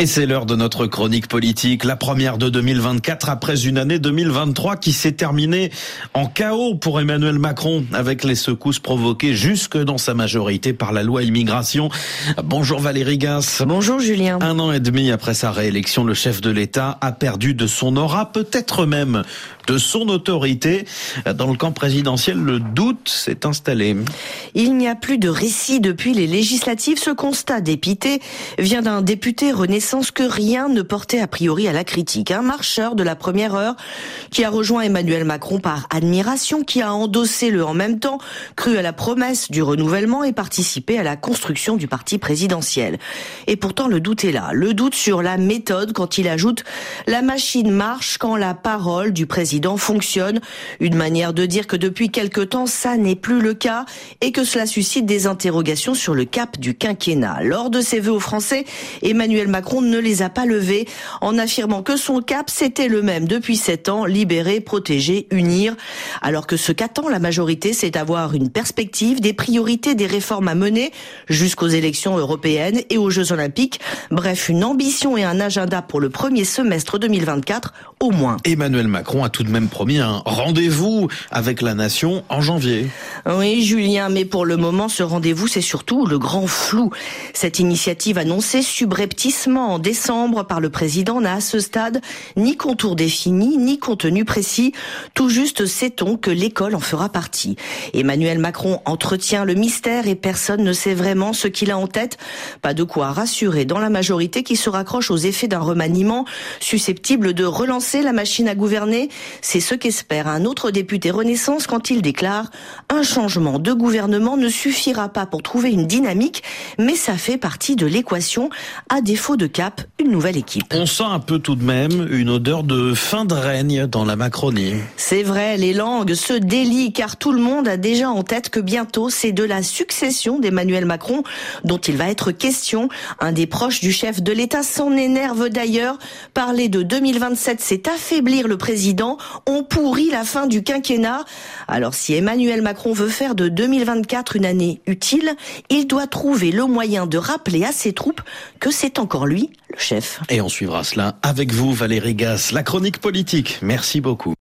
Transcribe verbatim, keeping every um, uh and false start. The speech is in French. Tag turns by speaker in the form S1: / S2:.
S1: Et c'est l'heure de notre chronique politique, la première de deux mille vingt-quatre après une année deux mille vingt-trois qui s'est terminée en chaos pour Emmanuel Macron avec les secousses provoquées jusque dans sa majorité par la loi immigration. Bonjour Valérie Gasse.
S2: Bonjour Julien.
S1: Un an et demi après sa réélection, le chef de l'État a perdu de son aura, peut-être même de son autorité. Dans le camp présidentiel, le doute s'est installé.
S2: Il n'y a plus de récit depuis les législatives. Ce constat dépité vient d'un député Renaissance que rien ne portait a priori à la critique. Un marcheur de la première heure qui a rejoint Emmanuel Macron par admiration, qui a endossé le en même temps, cru à la promesse du renouvellement et participé à la construction du parti présidentiel. Et pourtant, le doute est là. Le doute sur la méthode quand il ajoute « la machine marche quand la parole du président fonctionne ». Une manière de dire que depuis quelque temps, ça n'est plus le cas et que cela suscite des interrogations sur le cap du quinquennat. Lors de ses vœux aux Français, Emmanuel Macron ne les a pas levés en affirmant que son cap, c'était le même depuis sept ans, libérer, protéger, unir. Alors que ce qu'attend la majorité, c'est d'avoir une perspective, des priorités, des réformes à mener jusqu'aux élections européennes et aux Jeux Olympiques. Bref, une ambition et un agenda pour le premier semestre deux mille vingt-quatre, au moins.
S1: Emmanuel Macron a tout de même promis un rendez-vous avec la nation en janvier.
S2: Oui, Julien, mais pour le moment, ce rendez-vous, c'est surtout le grand flou. Cette initiative annoncée subrepticement en décembre par le président n'a à ce stade ni contour défini, ni contenu précis. Tout juste sait-on que l'école en fera partie. Emmanuel Macron entretient le mystère et personne ne sait vraiment ce qu'il a en tête. Pas de quoi rassurer dans la majorité qui se raccroche aux effets d'un remaniement susceptible de relancer la machine à gouverner. C'est ce qu'espère un autre député Renaissance quand il déclare « Un changement de gouvernement ne suffira pas pour trouver une dynamique, mais ça fait partie de l'équation. À défaut de cap, une nouvelle équipe. »
S1: On sent un peu tout de même une odeur de fin de règne dans la Macronie.
S2: C'est vrai, les langues se délient car tout le monde a déjà en tête que bientôt c'est de la succession d'Emmanuel Macron dont il va être question. Un des proches du chef de l'État s'en énerve d'ailleurs. Parler de deux mille vingt-sept, c'est affaiblir le président. On pourrit la fin du quinquennat. Alors si Emmanuel Macron veut faire de deux mille vingt-quatre une année utile, il doit trouver le moyen de rappeler à ses troupes que c'est encore lui, le chef.
S1: Et on suivra cela avec vous, Valérie Gasse, la chronique politique. Merci beaucoup.